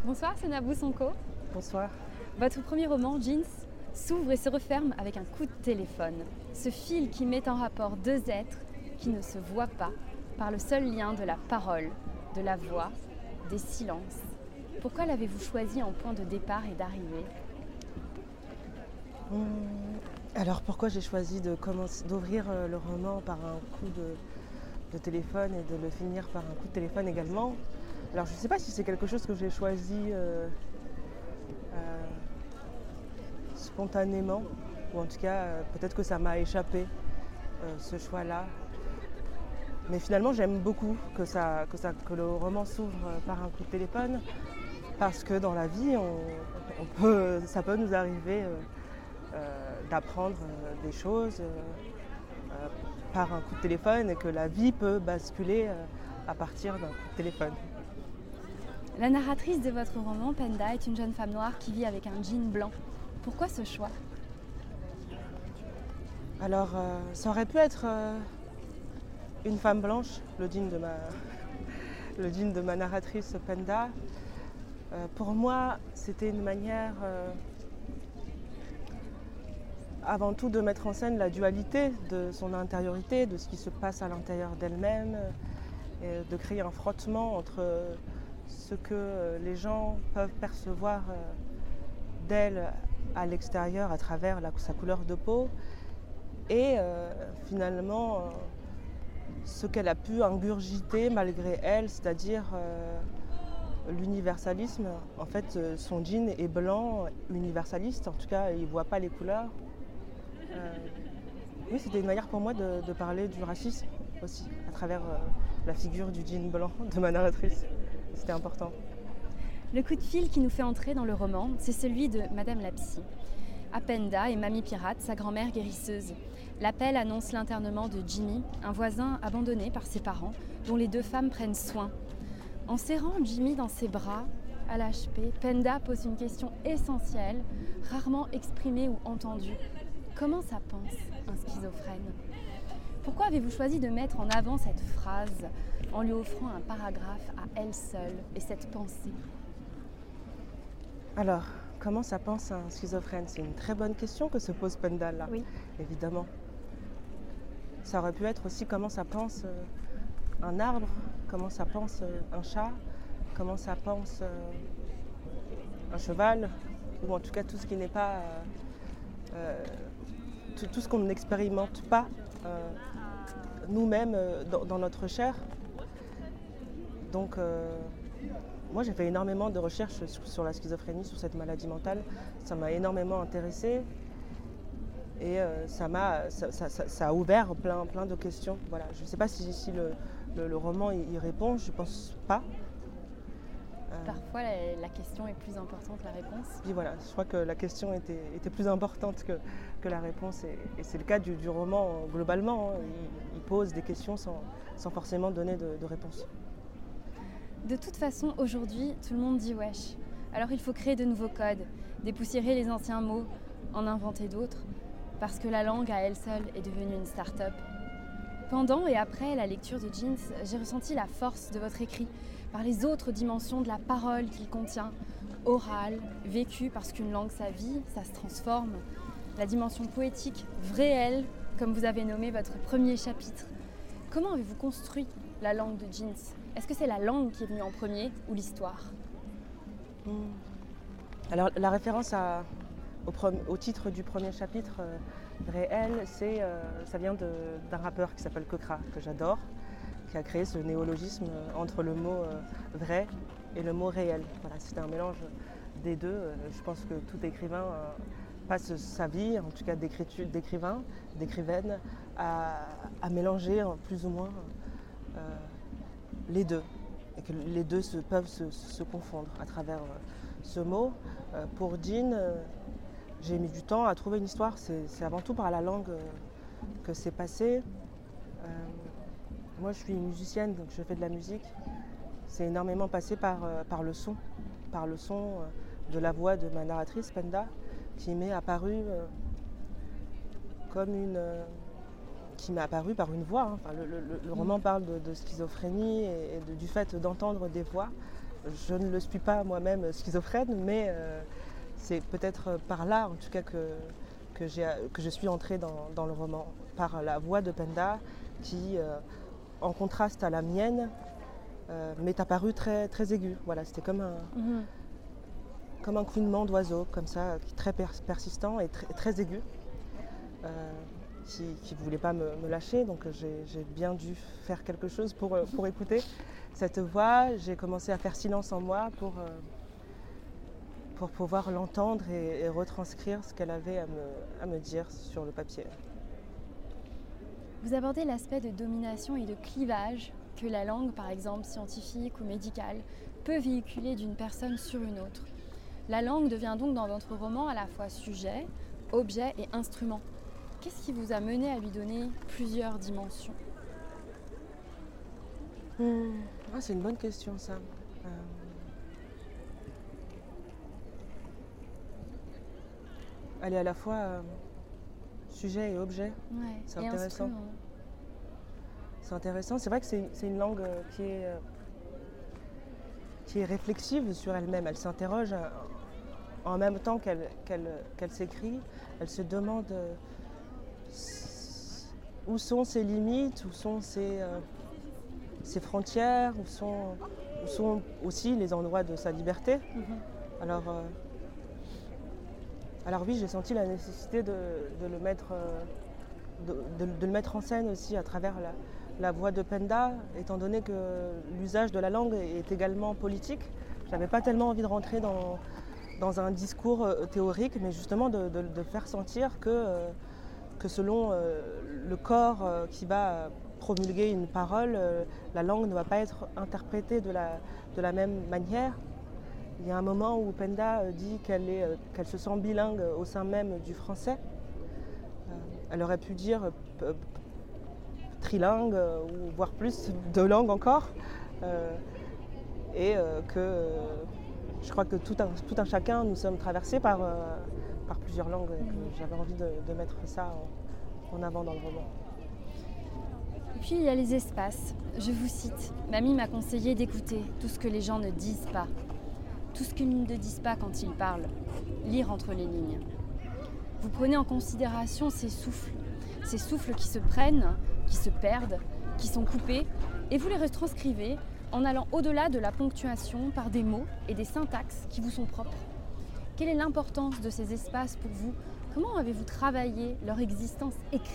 Bonsoir, c'est Nabou Sonko. Bonsoir. Votre premier roman, Jeans, s'ouvre et se referme avec un coup de téléphone. Ce fil qui met en rapport deux êtres qui ne se voient pas par le seul lien de la parole, de la voix, des silences. Pourquoi l'avez-vous choisi en point de départ et d'arrivée ? Alors pourquoi j'ai choisi d'ouvrir le roman par un coup de téléphone et de le finir par un coup de téléphone également? Alors je ne sais pas si c'est quelque chose que j'ai choisi spontanément, ou en tout cas peut-être que ça m'a échappé ce choix-là. Mais finalement j'aime beaucoup que le roman s'ouvre par un coup de téléphone, parce que dans la vie ça peut nous arriver d'apprendre des choses par un coup de téléphone, et que la vie peut basculer à partir d'un coup de téléphone. La narratrice de votre roman, Penda, est une jeune femme noire qui vit avec un jean blanc. Pourquoi ce choix ? Alors, ça aurait pu être une femme blanche, le jean de ma narratrice Penda. Pour moi, c'était une manière avant tout de mettre en scène la dualité de son intériorité, de ce qui se passe à l'intérieur d'elle-même, et de créer un frottement entre ce que les gens peuvent percevoir d'elle à l'extérieur à travers sa couleur de peau, et finalement ce qu'elle a pu ingurgiter malgré elle, c'est-à-dire l'universalisme. En fait, son jean est blanc, universaliste, en tout cas il ne voit pas les couleurs. Oui, c'était une manière pour moi de parler du racisme aussi, à travers la figure du jean blanc de ma narratrice. C'était important. Le coup de fil qui nous fait entrer dans le roman, c'est celui de Madame la Psy. Penda et Mamie Pirate, sa grand-mère guérisseuse. L'appel annonce l'internement de Jimmy, un voisin abandonné par ses parents, dont les deux femmes prennent soin. En serrant Jimmy dans ses bras, à l'HP, Penda pose une question essentielle, rarement exprimée ou entendue. Comment ça pense un schizophrène ? Pourquoi avez-vous choisi de mettre en avant cette phrase en lui offrant un paragraphe à elle seule et cette pensée ? Alors, comment ça pense un schizophrène ? C'est une très bonne question que se pose Penda là, oui. Évidemment. Ça aurait pu être aussi comment ça pense un arbre, comment ça pense un chat, comment ça pense un cheval, ou en tout cas tout ce qui n'est pas... tout ce qu'on n'expérimente pas nous-mêmes dans notre chair. Donc moi j'ai fait énormément de recherches sur la schizophrénie, sur cette maladie mentale. Ça m'a énormément intéressée, et ça a ouvert plein de questions. Voilà. Je ne sais pas si le roman y répond, je ne pense pas. Parfois, la question est plus importante que la réponse. Puis voilà, je crois que la question était plus importante que la réponse. Et c'est le cas du roman globalement. Il pose des questions sans forcément donner de réponse. De toute façon, aujourd'hui, tout le monde dit wesh. Alors il faut créer de nouveaux codes, dépoussiérer les anciens mots, en inventer d'autres, parce que la langue à elle seule est devenue une start-up. Pendant et après la lecture de Jeans, j'ai ressenti la force de votre écrit, par les autres dimensions de la parole qu'il contient, orale, vécue parce qu'une langue ça vit, ça se transforme, la dimension poétique, réelle, comme vous avez nommé votre premier chapitre. Comment avez-vous construit la langue de Jeans ? Est-ce que c'est la langue qui est venue en premier ou l'histoire ? Alors la référence au titre du premier chapitre, réel, ça vient d'un rappeur qui s'appelle Kekra, que j'adore, qui a créé ce néologisme entre le mot vrai et le mot réel. Voilà, c'était un mélange des deux. Je pense que tout écrivain passe sa vie, en tout cas d'écrivain, d'écrivaine, à mélanger plus ou moins les deux. Et que les deux peuvent se confondre à travers ce mot. Pour Jean, j'ai mis du temps à trouver une histoire. C'est avant tout par la langue que c'est passé. Moi, je suis musicienne, donc je fais de la musique. C'est énormément passé par le son de la voix de ma narratrice, Penda, qui m'est apparue qui m'est apparue par une voix. Enfin, le roman parle de schizophrénie et du fait d'entendre des voix. je ne le suis pas moi-même schizophrène, mais c'est peut-être par là, en tout cas, que je suis entrée dans le roman, par la voix de Penda, qui, en contraste à la mienne, m'est apparue très, très aiguë. Voilà, c'était comme un couinement d'oiseau, comme ça, très persistant et très aigu, qui ne voulait pas me lâcher. Donc j'ai bien dû faire quelque chose pour écouter cette voix. J'ai commencé à faire silence en moi pour pouvoir l'entendre et retranscrire ce qu'elle avait à me dire sur le papier. Vous abordez l'aspect de domination et de clivage que la langue, par exemple scientifique ou médicale, peut véhiculer d'une personne sur une autre. La langue devient donc dans votre roman à la fois sujet, objet et instrument. Qu'est-ce qui vous a mené à lui donner plusieurs dimensions ? C'est une bonne question, ça. Elle est à la fois sujet et objet. Ouais, c'est et intéressant. instrument. C'est intéressant. C'est vrai que c'est une langue qui est réflexive sur elle-même. Elle s'interroge en même temps qu'elle s'écrit. Elle se demande où sont ses limites, où sont ses frontières, où sont aussi les endroits de sa liberté. Alors oui, j'ai senti la nécessité de le mettre en scène aussi à travers la voix de Penda, étant donné que l'usage de la langue est également politique. Je n'avais pas tellement envie de rentrer dans un discours théorique, mais justement de faire sentir que selon le corps qui va promulguer une parole, la langue ne va pas être interprétée de la même manière. Il y a un moment où Penda dit qu'elle se sent bilingue au sein même du français. Elle aurait pu dire trilingue ou voire plus, 2 langues encore. Que je crois que tout un chacun, nous sommes traversés par plusieurs langues. Et que j'avais envie de mettre ça en avant dans le roman. Et puis il y a les espaces. Je vous cite. Mamie m'a conseillé d'écouter tout ce que les gens ne disent pas. Tout ce qu'ils ne disent pas quand ils parlent. Lire entre les lignes. Vous prenez en considération ces souffles qui se prennent, qui se perdent, qui sont coupés, et vous les retranscrivez en allant au-delà de la ponctuation par des mots et des syntaxes qui vous sont propres. Quelle est l'importance de ces espaces pour vous ? Comment avez-vous travaillé leur existence écrite ?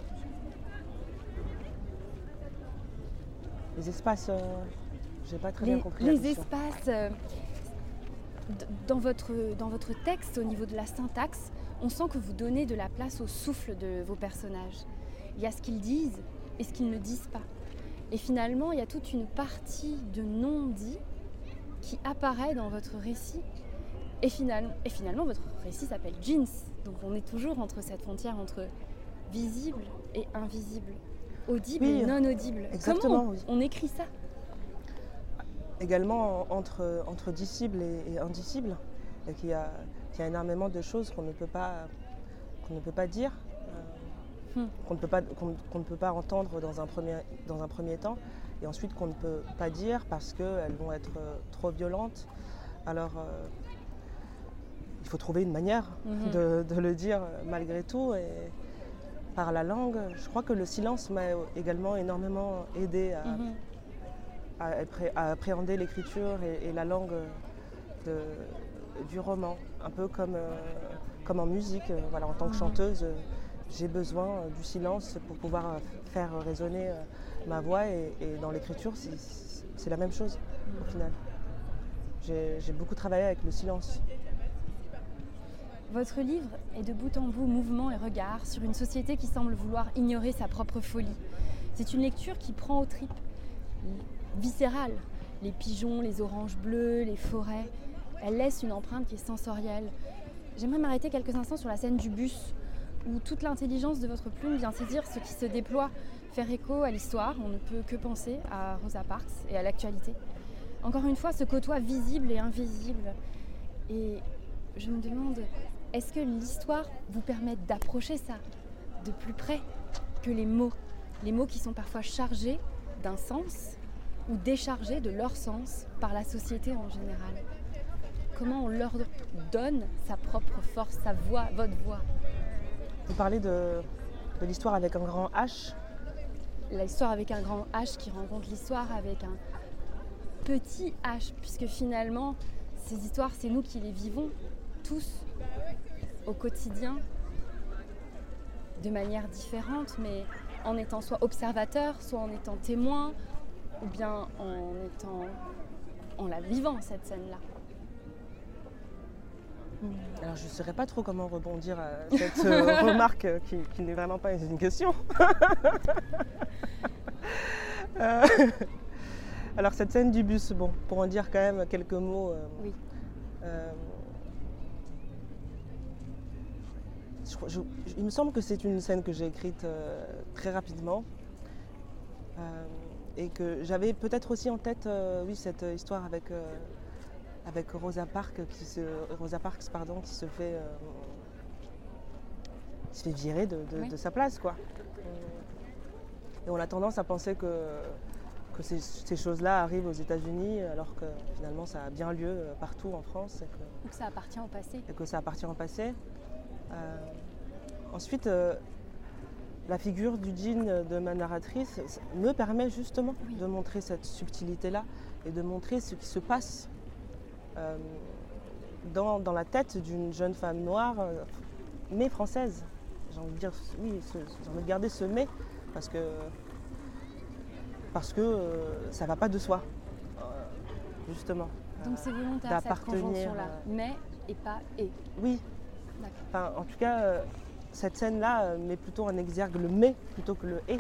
Les espaces, j'ai pas très bien compris la les question. espaces, dans votre texte, au niveau de la syntaxe, on sent que vous donnez de la place au souffle de vos personnages. Il y a ce qu'ils disent et ce qu'ils ne disent pas. Et finalement, il y a toute une partie de non-dit qui apparaît dans votre récit. Et finalement, votre récit s'appelle Jeans. Donc on est toujours entre cette frontière entre visible et invisible, audible et non audible. Exactement, Comment on écrit ça ? Également entre dicible et indicible, et qu'il y a énormément de choses qu'on ne peut pas dire, qu'on ne peut pas entendre dans un premier temps, et ensuite qu'on ne peut pas dire parce qu'elles vont être trop violentes. Alors il faut trouver une manière de le dire malgré tout, et par la langue. Je crois que le silence m'a également énormément aidé à appréhender l'écriture et la langue du roman, un peu comme en musique. Voilà, en tant que chanteuse, j'ai besoin du silence pour pouvoir faire résonner ma voix, et dans l'écriture, c'est la même chose au final. J'ai beaucoup travaillé avec le silence. Votre livre est de bout en bout mouvement et regard sur une société qui semble vouloir ignorer sa propre folie. C'est une lecture qui prend aux tripes, viscérale. Les pigeons, les oranges bleues, les forêts. Elle laisse une empreinte qui est sensorielle. J'aimerais m'arrêter quelques instants sur la scène du bus, où toute l'intelligence de votre plume vient saisir ce qui se déploie, faire écho à l'histoire. On ne peut que penser à Rosa Parks et à l'actualité. Encore une fois, se côtoient visible et invisible. Et je me demande, est-ce que l'histoire vous permet d'approcher ça de plus près que les mots qui sont parfois chargés d'un sens, ou déchargés de leur sens par la société en général. Comment on leur donne sa propre force, sa voix, votre voix. Vous parlez de l'histoire avec un grand H. L'histoire avec un grand H qui rencontre l'histoire avec un petit H, puisque finalement, ces histoires, c'est nous qui les vivons tous au quotidien, de manière différente, mais en étant soit observateur, soit en étant témoin, ou bien en la vivant, cette scène-là. Alors je ne saurais pas trop comment rebondir à cette remarque qui n'est vraiment pas une question. Alors cette scène du bus, bon, pour en dire quand même quelques mots. Oui. Il me semble que c'est une scène que j'ai écrite très rapidement et que j'avais peut-être aussi en tête, cette histoire avec Rosa Parks qui se fait virer de sa place, quoi. Et on a tendance à penser que ces choses-là arrivent aux États-Unis alors que finalement ça a bien lieu partout en France. Ou que ça appartient au passé. Et que ça appartient au passé. Ensuite, la figure du djinn de ma narratrice me permet justement de montrer cette subtilité-là et de montrer ce qui se passe dans la tête d'une jeune femme noire, mais française. J'ai envie de dire, oui, j'ai envie de garder ce mais parce que ça ne va pas de soi, justement. Donc c'est volontaire cette conjonction-là, mais et pas et. Oui. Enfin, en tout cas, cette scène-là met plutôt en exergue le mais plutôt que le et.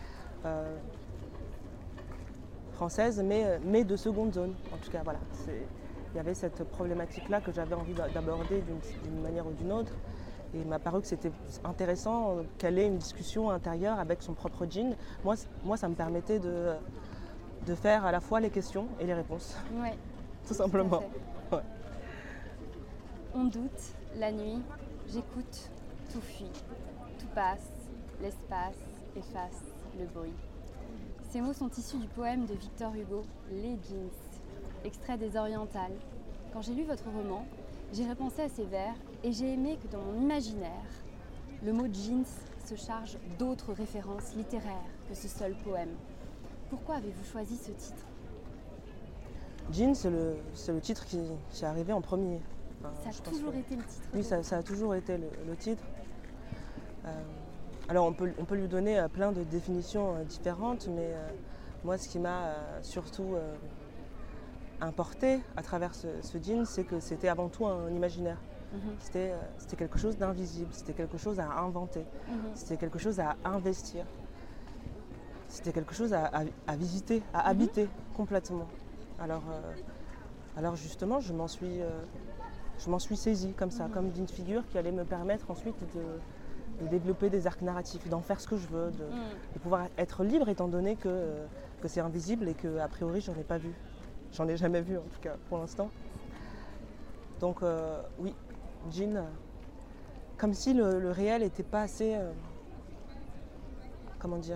Française, mais de seconde zone. En tout cas, voilà. Il y avait cette problématique-là que j'avais envie d'aborder d'une manière ou d'une autre. Et il m'a paru que c'était intéressant qu'elle ait une discussion intérieure avec son propre djinn. Moi, ça me permettait de faire à la fois les questions et les réponses. Oui. Tout simplement. Ouais. On doute, la nuit, j'écoute, tout fuit, tout passe, l'espace efface le bruit. Ces mots sont issus du poème de Victor Hugo, Les Djinns, extrait des Orientales. Quand j'ai lu votre roman, j'ai repensé à ces vers et j'ai aimé que dans mon imaginaire, le mot djinns se charge d'autres références littéraires que ce seul poème. Pourquoi avez-vous choisi ce titre ? Djinn, c'est le titre qui est arrivé en premier. Ça a toujours été le titre. Oui, ça a toujours été le titre. Alors on peut lui donner plein de définitions différentes, mais moi ce qui m'a surtout importé à travers ce djinn, c'est que c'était avant tout un imaginaire. C'était quelque chose d'invisible, c'était quelque chose à inventer, c'était quelque chose à investir, c'était quelque chose à visiter, à habiter complètement. Alors justement, je m'en suis saisie comme ça, comme d'une figure qui allait me permettre ensuite de développer des arcs narratifs, d'en faire ce que je veux, de pouvoir être libre étant donné que c'est invisible et qu'a priori j'en ai pas vu. J'en ai jamais vu en tout cas pour l'instant. Donc oui, djinn, comme si le réel n'était pas assez... comment dire ?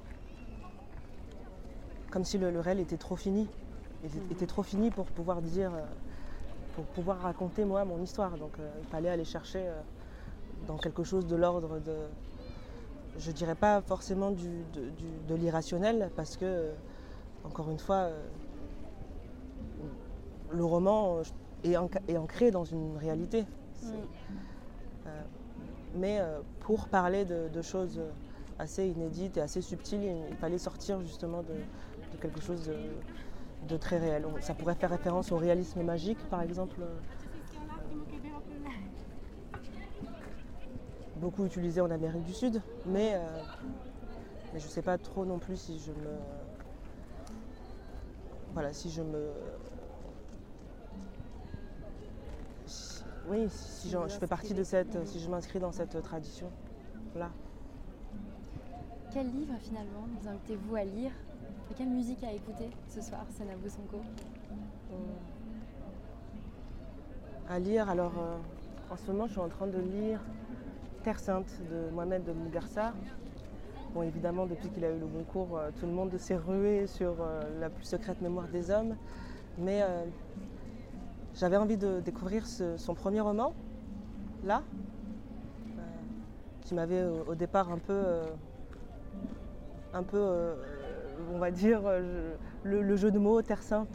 Comme si le réel était trop fini. Était trop fini pour pouvoir dire... pour pouvoir raconter moi mon histoire. Donc il fallait aller chercher dans quelque chose de l'ordre de... Je dirais pas forcément de l'irrationnel parce que, encore une fois, le roman est ancré dans une réalité. Mais pour parler de choses assez inédites et assez subtiles, il fallait sortir justement de quelque chose de très réel. Ça pourrait faire référence au réalisme magique, par exemple. Beaucoup utilisé en Amérique du Sud, mais je ne sais pas trop non plus si je me... Voilà, si je me... Oui, si je fais partie de cette... Si je m'inscris dans cette tradition-là. Quel livre finalement nous invitez-vous à lire et quelle musique à écouter ce soir, Sana Bosonko ? À lire, alors en ce moment je suis en train de lire Terre Sainte de Mohamed Mougarsa. Bon, évidemment, depuis qu'il a eu le Goncourt, tout le monde s'est rué sur la plus secrète mémoire des hommes. Mais j'avais envie de découvrir son premier roman, là, qui m'avait au départ un peu on va dire, le jeu de mots Terre Sainte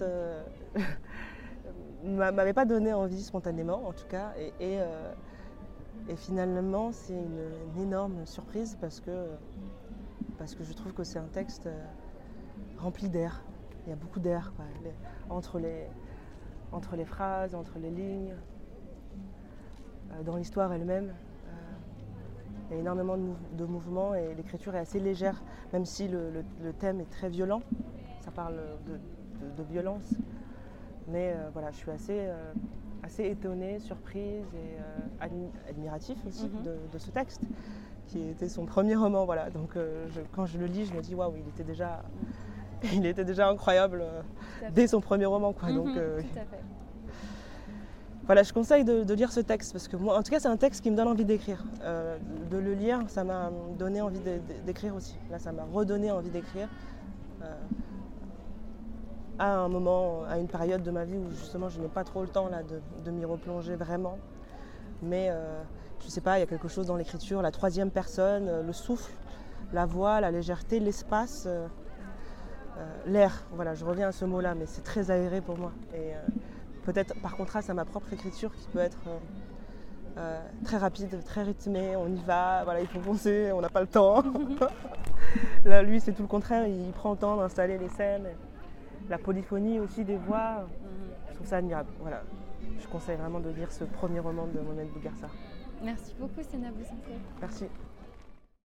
m'avait pas donné envie spontanément, en tout cas. Et finalement, c'est une énorme surprise parce que je trouve que c'est un texte rempli d'air. Il y a beaucoup d'air, quoi, entre les phrases, entre les lignes, dans l'histoire elle-même. Il y a énormément de mouvements et l'écriture est assez légère, même si le thème est très violent. Ça parle de violence. Mais voilà, je suis assez étonnée, surprise et admiratif aussi de ce texte, qui était son premier roman. Voilà. Donc quand je le lis, je me dis waouh, il était déjà incroyable dès son premier roman, quoi. Donc, tout à fait. Voilà, je conseille de lire ce texte parce que moi, en tout cas, c'est un texte qui me donne envie d'écrire. De le lire, ça m'a donné envie d'écrire aussi. Là, ça m'a redonné envie d'écrire à un moment, à une période de ma vie où justement, je n'ai pas trop le temps là de m'y replonger vraiment. Mais je sais pas, il y a quelque chose dans l'écriture, la troisième personne, le souffle, la voix, la légèreté, l'espace, l'air. Voilà, je reviens à ce mot-là, mais c'est très aéré pour moi. Et peut-être par contraste à ma propre écriture qui peut être très rapide, très rythmée, on y va, voilà, il faut foncer, on n'a pas le temps. Là, lui, c'est tout le contraire, il prend le temps d'installer les scènes, la polyphonie aussi des voix. Je trouve ça admirable. Voilà. Je conseille vraiment de lire ce premier roman de Mohamed Bougarsa. Merci beaucoup, Sénat Boussensé. Merci.